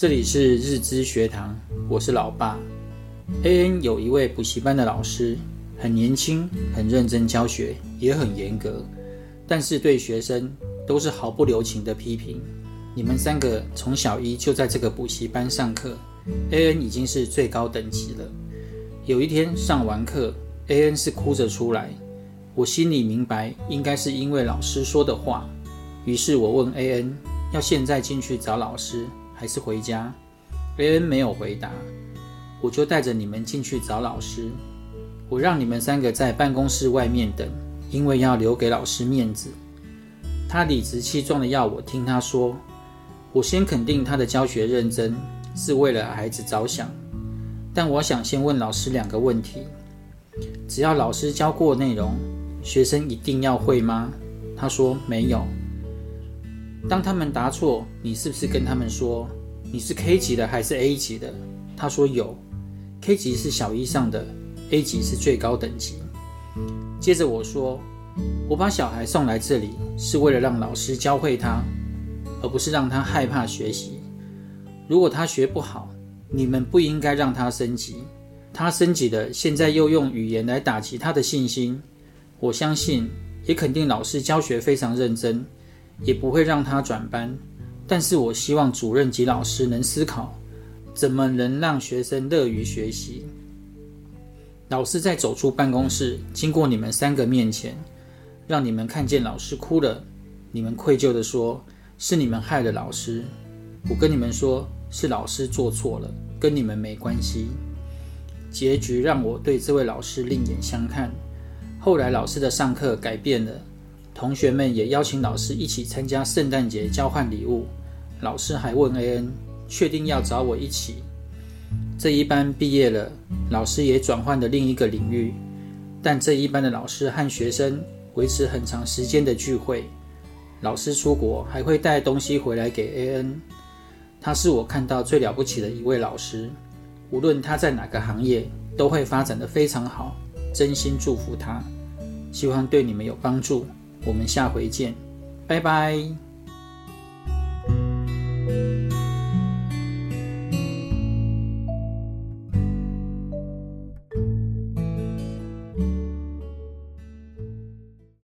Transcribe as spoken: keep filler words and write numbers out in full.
这里是日知学堂，我是老爸。A N 有一位补习班的老师，很年轻，很认真教学，也很严格，但是对学生都是毫不留情的批评。你们三个从小一就在这个补习班上课， A N 已经是最高等级了。有一天上完课， A N 是哭着出来，我心里明白应该是因为老师说的话，于是我问 A N 要现在进去找老师还是回家。 A N 没有回答，我就带着你们进去找老师。我让你们三个在办公室外面等，因为要留给老师面子。他理直气壮地要我听他说，我先肯定他的教学认真，是为了孩子着想，但我想先问老师两个问题。只要老师教过内容，学生一定要会吗？他说没有。当他们答错，你是不是跟他们说你是 K 级的还是 A 级的？他说有， K 级是小一上的， A 级是最高等级。接着我说，我把小孩送来这里是为了让老师教会他，而不是让他害怕学习。如果他学不好，你们不应该让他升级，他升级了，现在又用语言来打击他的信心。我相信也肯定老师教学非常认真，也不会让他转班，但是我希望主任及老师能思考怎么能让学生乐于学习。老师在走出办公室，经过你们三个面前，让你们看见老师哭了，你们愧疚地说是你们害了老师。我跟你们说，是老师做错了，跟你们没关系。结局让我对这位老师另眼相看。后来老师的上课改变了，同学们也邀请老师一起参加圣诞节交换礼物。老师还问 A N 确定要找我一起。这一班毕业了，老师也转换了另一个领域，但这一班的老师和学生维持很长时间的聚会。老师出国还会带东西回来给 A N。 他是我看到最了不起的一位老师，无论他在哪个行业都会发展得非常好，真心祝福他，希望对你们有帮助。我们下回见，拜拜。